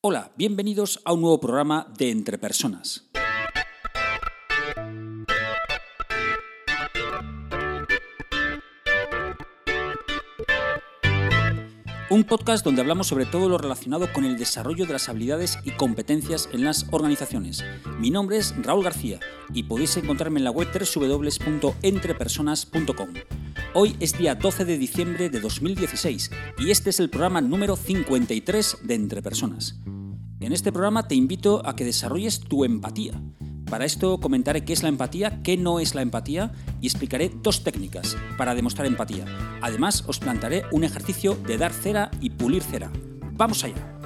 Hola, bienvenidos a un nuevo programa de Entre Personas. Un podcast donde hablamos sobre todo lo relacionado con el desarrollo de las habilidades y competencias en las organizaciones. Mi nombre es Raúl García y podéis encontrarme en la web www.entrepersonas.com. Hoy es día 12 de diciembre de 2016 y este es el programa número 53 de Entre Personas. En este programa te invito a que desarrolles tu empatía. Para esto comentaré qué es la empatía, qué no es la empatía y explicaré dos técnicas para demostrar empatía. Además, os plantearé un ejercicio de dar cera y pulir cera. ¡Vamos allá!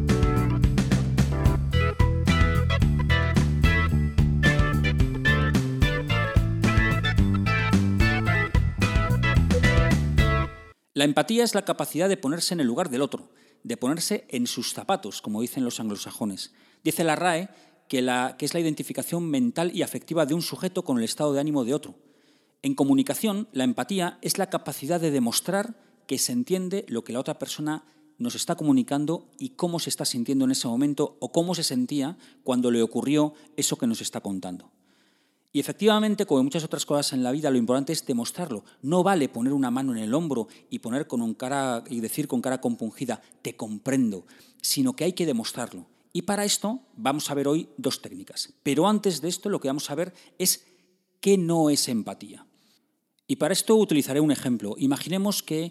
La empatía es la capacidad de ponerse en el lugar del otro, de ponerse en sus zapatos, como dicen los anglosajones. Dice la RAE que es la identificación mental y afectiva de un sujeto con el estado de ánimo de otro. En comunicación, la empatía es la capacidad de demostrar que se entiende lo que la otra persona nos está comunicando y cómo se está sintiendo en ese momento o cómo se sentía cuando le ocurrió eso que nos está contando. Y efectivamente, como en muchas otras cosas en la vida, lo importante es demostrarlo. No vale poner una mano en el hombro y decir con cara compungida, te comprendo, sino que hay que demostrarlo. Y para esto vamos a ver hoy dos técnicas. Pero antes de esto lo que vamos a ver es qué no es empatía. Y para esto utilizaré un ejemplo. Imaginemos que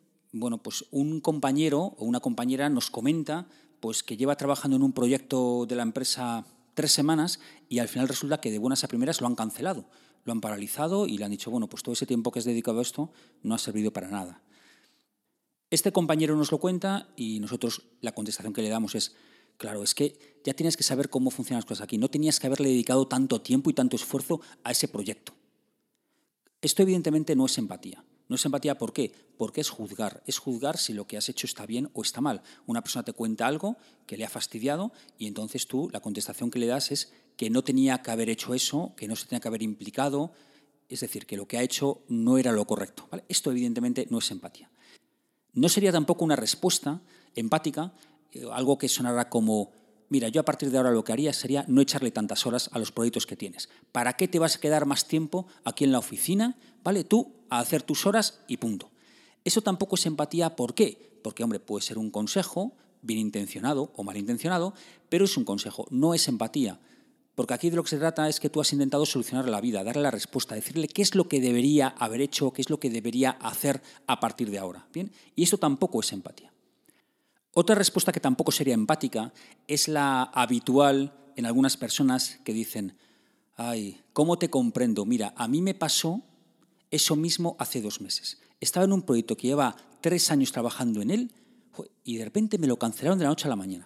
un compañero o una compañera nos comenta que lleva trabajando en un proyecto de la empresa 3 semanas y al final resulta que de buenas a primeras lo han cancelado, lo han paralizado y le han dicho, todo ese tiempo que has dedicado a esto no ha servido para nada. Este compañero nos lo cuenta y nosotros la contestación que le damos es, claro, es que ya tienes que saber cómo funcionan las cosas aquí, no tenías que haberle dedicado tanto tiempo y tanto esfuerzo a ese proyecto. Esto evidentemente no es empatía. No es empatía, ¿por qué? Porque es juzgar si lo que has hecho está bien o está mal. Una persona te cuenta algo que le ha fastidiado y entonces tú la contestación que le das es que no tenía que haber hecho eso, que no se tenía que haber implicado, es decir, que lo que ha hecho no era lo correcto, ¿vale? Esto evidentemente no es empatía. No sería tampoco una respuesta empática, algo que sonara como, mira, yo a partir de ahora lo que haría sería no echarle tantas horas a los proyectos que tienes. ¿Para qué te vas a quedar más tiempo aquí en la oficina? ¿Vale? Tú a hacer tus horas y punto. Eso tampoco es empatía. ¿Por qué? Porque, puede ser un consejo bien intencionado o malintencionado, pero es un consejo, no es empatía. Porque aquí de lo que se trata es que tú has intentado solucionar la vida, darle la respuesta, decirle qué es lo que debería haber hecho, qué es lo que debería hacer a partir de ahora. ¿Bien? Y eso tampoco es empatía. Otra respuesta que tampoco sería empática es la habitual en algunas personas que dicen, ay, ¿cómo te comprendo? Mira, a mí me pasó eso mismo hace 2 meses. Estaba en un proyecto que lleva 3 años trabajando en él y de repente me lo cancelaron de la noche a la mañana.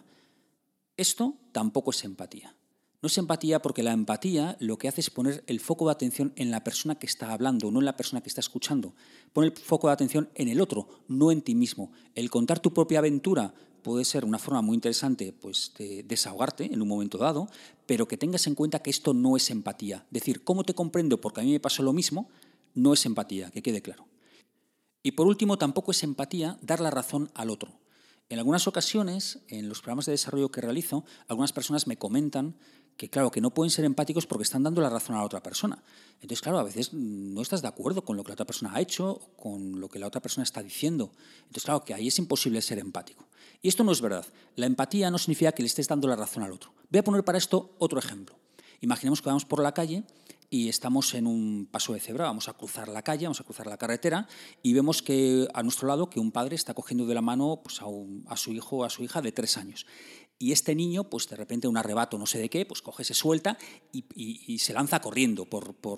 Esto tampoco es empatía. No es empatía porque la empatía lo que hace es poner el foco de atención en la persona que está hablando, no en la persona que está escuchando. Pon el foco de atención en el otro, no en ti mismo. El contar tu propia aventura puede ser una forma muy interesante de desahogarte en un momento dado, pero que tengas en cuenta que esto no es empatía. Decir, ¿cómo te comprendo? Porque a mí me pasó lo mismo, no es empatía, que quede claro. Y por último, tampoco es empatía dar la razón al otro. En algunas ocasiones, en los programas de desarrollo que realizo, algunas personas me comentan que, claro, que no pueden ser empáticos porque están dando la razón a la otra persona. Entonces, claro, a veces no estás de acuerdo con lo que la otra persona ha hecho, con lo que la otra persona está diciendo. Entonces, claro, que ahí es imposible ser empático. Y esto no es verdad. La empatía no significa que le estés dando la razón al otro. Voy a poner para esto otro ejemplo. Imaginemos que vamos por la calle y estamos en un paso de cebra, vamos a cruzar la calle, vamos a cruzar la carretera y vemos que a nuestro lado que un padre está cogiendo de la mano a su hijo o a su hija de 3 años. Y este niño, de repente, un arrebato no sé de qué, coge, se suelta y se lanza corriendo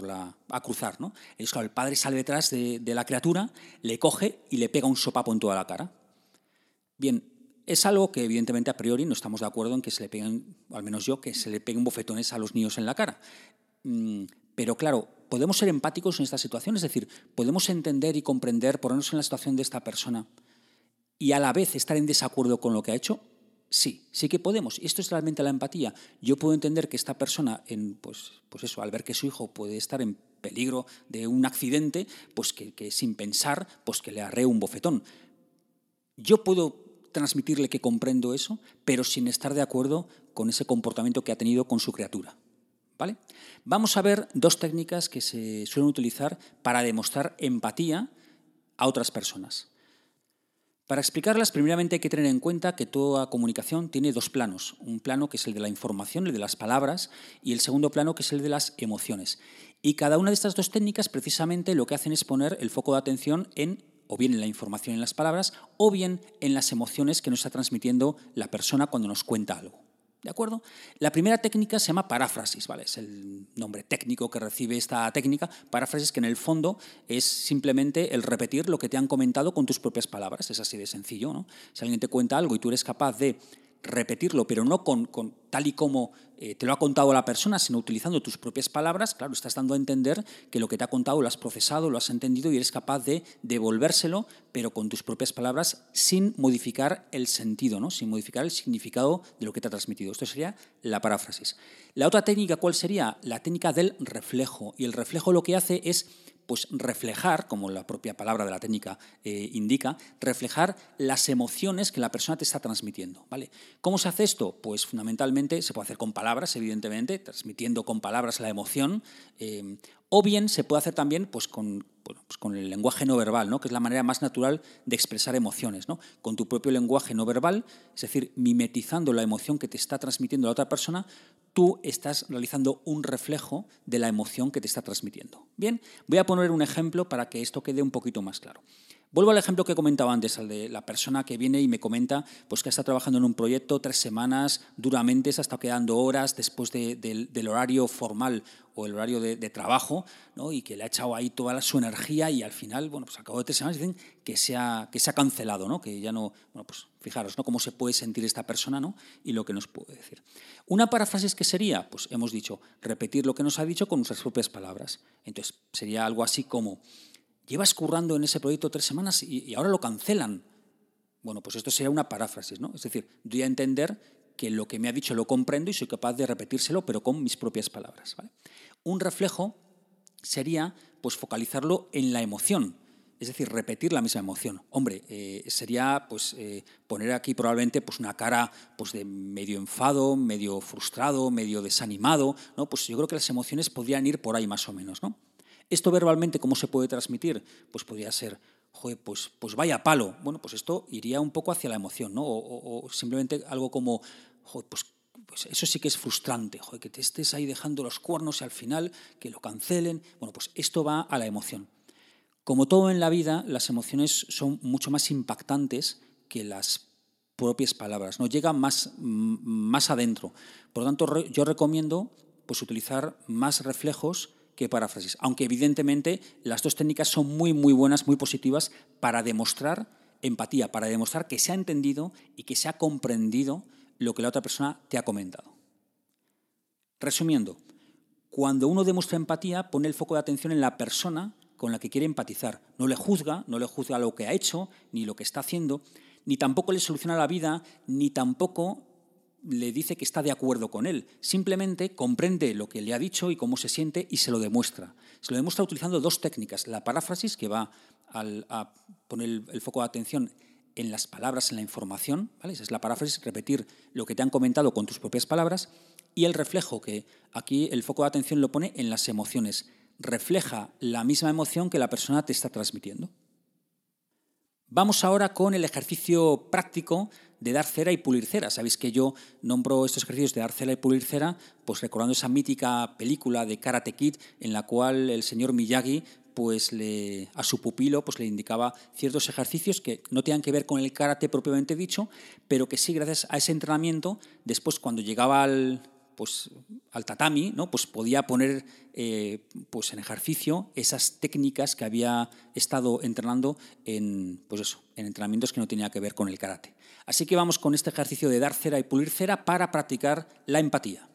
a cruzar, ¿no? Entonces, claro, el padre sale detrás de la criatura, le coge y le pega un sopapo en toda la cara. Bien, es algo que evidentemente a priori no estamos de acuerdo en que se le peguen, al menos yo, que se le peguen bofetones a los niños en la cara. Pero claro, ¿podemos ser empáticos en esta situación? Es decir, ¿podemos entender y comprender, ponernos en la situación de esta persona y a la vez estar en desacuerdo con lo que ha hecho? Sí que podemos. Y esto es realmente la empatía. Yo puedo entender que esta persona, al ver que su hijo puede estar en peligro de un accidente, que sin pensar, que le arree un bofetón. Yo puedo transmitirle que comprendo eso, pero sin estar de acuerdo con ese comportamiento que ha tenido con su criatura. ¿Vale? Vamos a ver dos técnicas que se suelen utilizar para demostrar empatía a otras personas. Para explicarlas, primeramente hay que tener en cuenta que toda comunicación tiene dos planos. Un plano que es el de la información, el de las palabras, y el segundo plano que es el de las emociones. Y cada una de estas dos técnicas precisamente lo que hacen es poner el foco de atención o bien en la información en las palabras, o bien en las emociones que nos está transmitiendo la persona cuando nos cuenta algo. ¿De acuerdo? La primera técnica se llama paráfrasis, ¿vale? Es el nombre técnico que recibe esta técnica. Paráfrasis, que en el fondo es simplemente el repetir lo que te han comentado con tus propias palabras. Es así de sencillo, ¿no? Si alguien te cuenta algo y tú eres capaz de repetirlo, pero no con tal y como te lo ha contado la persona, sino utilizando tus propias palabras, claro, estás dando a entender que lo que te ha contado lo has procesado, lo has entendido y eres capaz de devolvérselo, pero con tus propias palabras, sin modificar el sentido, ¿no? Sin modificar el significado de lo que te ha transmitido. Esto sería la paráfrasis. La otra técnica, ¿cuál sería? La técnica del reflejo. Y el reflejo lo que hace es pues reflejar, como la propia palabra de la técnica indica, reflejar las emociones que la persona te está transmitiendo, ¿vale? ¿Cómo se hace esto? Pues fundamentalmente se puede hacer con palabras, evidentemente, transmitiendo con palabras la emoción, o bien se puede hacer también pues con el lenguaje no verbal, ¿no? Que es la manera más natural de expresar emociones, ¿no? Con tu propio lenguaje no verbal, es decir, mimetizando la emoción que te está transmitiendo la otra persona, tú estás realizando un reflejo de la emoción que te está transmitiendo. Bien, voy a poner un ejemplo para que esto quede un poquito más claro. Vuelvo al ejemplo que comentaba antes, al de la persona que viene y me comenta pues, que está trabajando en un proyecto 3 semanas duramente, se ha estado quedando horas después del horario formal o el horario de trabajo, ¿no? Y que le ha echado ahí toda su energía y al final, bueno, pues al cabo de 3 semanas dicen que se ha cancelado, ¿no? Que ya no, bueno, pues fijaros, ¿no? Cómo se puede sentir esta persona, ¿no? Y lo que nos puede decir. Una paráfrasis que sería, pues hemos dicho, repetir lo que nos ha dicho con nuestras propias palabras. Entonces, sería algo así como: llevas currando en ese proyecto 3 semanas y ahora lo cancelan. Bueno, pues esto sería una paráfrasis, ¿no? Es decir, doy a entender que lo que me ha dicho lo comprendo y soy capaz de repetírselo, pero con mis propias palabras, ¿vale? Un reflejo sería pues focalizarlo en la emoción, es decir, repetir la misma emoción. Hombre, sería pues poner aquí probablemente pues una cara pues de medio enfado, medio frustrado, medio desanimado, ¿no? Pues yo creo que las emociones podrían ir por ahí más o menos, ¿no? Esto verbalmente, ¿cómo se puede transmitir? Pues podría ser: joder, pues vaya palo. Bueno, pues esto iría un poco hacia la emoción, ¿no? O simplemente algo como: joder, pues eso sí que es frustrante, joder, que te estés ahí dejando los cuernos y al final que lo cancelen. Bueno, pues esto va a la emoción. Como todo en la vida, las emociones son mucho más impactantes que las propias palabras, ¿no? Llegan más adentro. Por lo tanto, yo recomiendo pues utilizar más reflejos que paráfrasis, aunque evidentemente las dos técnicas son muy, muy buenas, muy positivas para demostrar empatía, para demostrar que se ha entendido y que se ha comprendido lo que la otra persona te ha comentado. Resumiendo, cuando uno demuestra empatía, pone el foco de atención en la persona con la que quiere empatizar. No le juzga lo que ha hecho, ni lo que está haciendo, ni tampoco le soluciona la vida, ni tampoco le dice que está de acuerdo con él. Simplemente comprende lo que le ha dicho y cómo se siente y se lo demuestra. Se lo demuestra utilizando dos técnicas: la paráfrasis, que va a poner el foco de atención en las palabras, en la información, ¿vale? Esa es la paráfrasis, repetir lo que te han comentado con tus propias palabras, y el reflejo, que aquí el foco de atención lo pone en las emociones. Refleja la misma emoción que la persona te está transmitiendo. Vamos ahora con el ejercicio práctico de dar cera y pulir cera. Sabéis que yo nombro estos ejercicios de dar cera y pulir cera pues recordando esa mítica película de Karate Kid en la cual el señor Miyagi pues a su pupilo pues le indicaba ciertos ejercicios que no tenían que ver con el karate propiamente dicho, pero que sí, gracias a ese entrenamiento, después cuando llegaba al tatami, ¿no? Pues podía poner pues en ejercicio esas técnicas que había estado entrenando en entrenamientos que no tenían que ver con el karate. Así que vamos con este ejercicio de dar cera y pulir cera para practicar la empatía.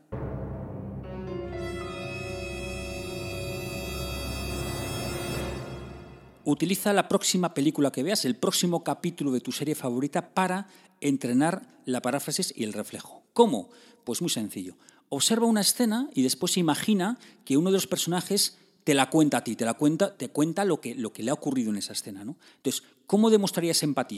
Utiliza la próxima película que veas, el próximo capítulo de tu serie favorita para entrenar la paráfrasis y el reflejo. ¿Cómo? Pues muy sencillo. Observa una escena y después imagina que uno de los personajes te la cuenta a ti, te cuenta lo que le ha ocurrido en esa escena, ¿no? Entonces, ¿cómo demostrarías empatía?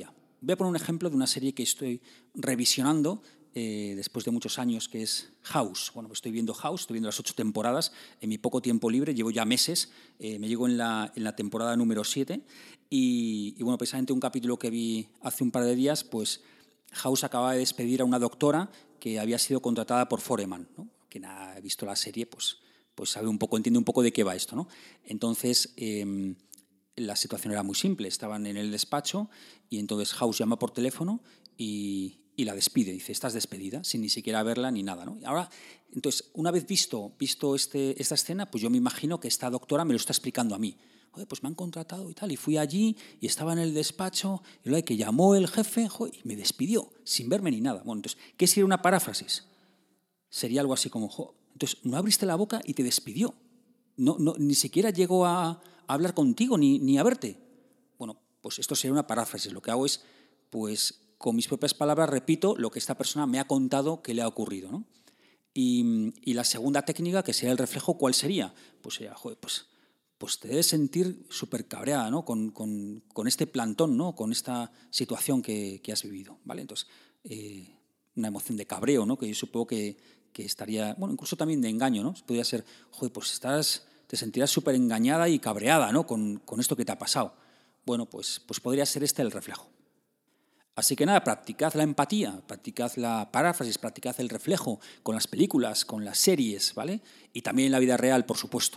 Voy a poner un ejemplo de una serie que estoy revisionando después de muchos años, que es House. Bueno, pues estoy viendo House, estoy viendo las 8 temporadas en mi poco tiempo libre, llevo ya meses, me llego en la temporada número 7 y bueno, precisamente un capítulo que vi hace un par de días, pues House acaba de despedir a una doctora que había sido contratada por Foreman, ¿no? Quien ha visto la serie, pues sabe un poco, entiende un poco de qué va esto, ¿no? Entonces, la situación era muy simple. Estaban en el despacho y entonces House llama por teléfono y la despide. Dice, estás despedida, sin ni siquiera verla ni nada, ¿no? Y ahora, entonces, una vez visto esta escena, pues yo me imagino que esta doctora me lo está explicando a mí. Joder, pues me han contratado y tal, y fui allí y estaba en el despacho y luego que llamó el jefe, joder, y me despidió sin verme ni nada. Bueno, entonces, ¿qué sería una paráfrasis? Sería algo así como, joder, entonces no abriste la boca y te despidió. No, ni siquiera llegó a hablar contigo ni a verte. Bueno, pues esto sería una paráfrasis. Lo que hago es, pues con mis propias palabras repito lo que esta persona me ha contado que le ha ocurrido, ¿no? Y la segunda técnica, que sería el reflejo, ¿cuál sería? Pues sería, joder, pues te debes sentir súper cabreada, ¿no? Con este plantón, ¿no? Con esta situación que has vivido, ¿vale? Entonces, una emoción de cabreo, ¿no? Que yo supongo que estaría, bueno, incluso también de engaño, ¿no? Podría ser, joder, pues te sentirás súper engañada y cabreada, ¿no? Con esto que te ha pasado. Bueno, pues podría ser el reflejo. Así que nada, practicad la empatía, practicad la paráfrasis, practicad el reflejo con las películas, con las series, ¿vale? Y también en la vida real, por supuesto.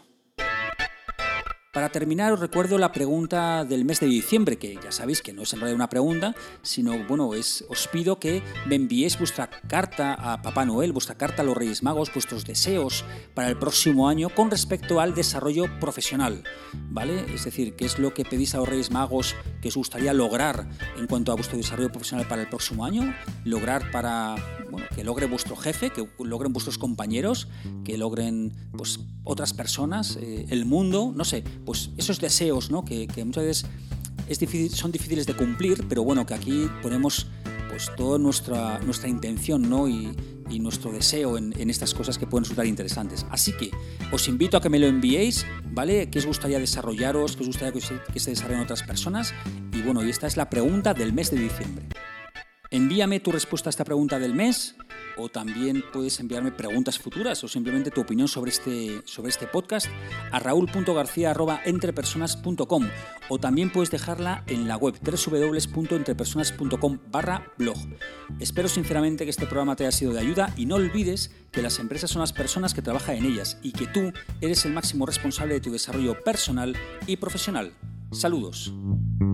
Para terminar, os recuerdo la pregunta del mes de diciembre, que ya sabéis que no es en realidad una pregunta, sino, bueno, os pido que me enviéis vuestra carta a Papá Noel, vuestra carta a los Reyes Magos, vuestros deseos para el próximo año con respecto al desarrollo profesional, ¿vale? Es decir, qué es lo que pedís a los Reyes Magos que os gustaría lograr en cuanto a vuestro desarrollo profesional para el próximo año, lograr para, bueno, que logre vuestro jefe, que logren vuestros compañeros, que logren, pues, otras personas, el mundo, no sé. Pues esos deseos, ¿no? que muchas veces son difíciles de cumplir, pero bueno, que aquí ponemos pues toda nuestra intención, ¿no? y nuestro deseo en estas cosas que pueden resultar interesantes. Así que os invito a que me lo enviéis, ¿vale? ¿Qué os gustaría desarrollaros? ¿Qué os gustaría que se desarrollen otras personas? Y bueno, y esta es la pregunta del mes de diciembre. Envíame tu respuesta a esta pregunta del mes, o también puedes enviarme preguntas futuras o simplemente tu opinión sobre este podcast a raul.garcia@entrepersonas.com, o también puedes dejarla en la web www.entrepersonas.com/blog. Espero sinceramente que este programa te haya sido de ayuda y no olvides que las empresas son las personas que trabajan en ellas y que tú eres el máximo responsable de tu desarrollo personal y profesional. Saludos.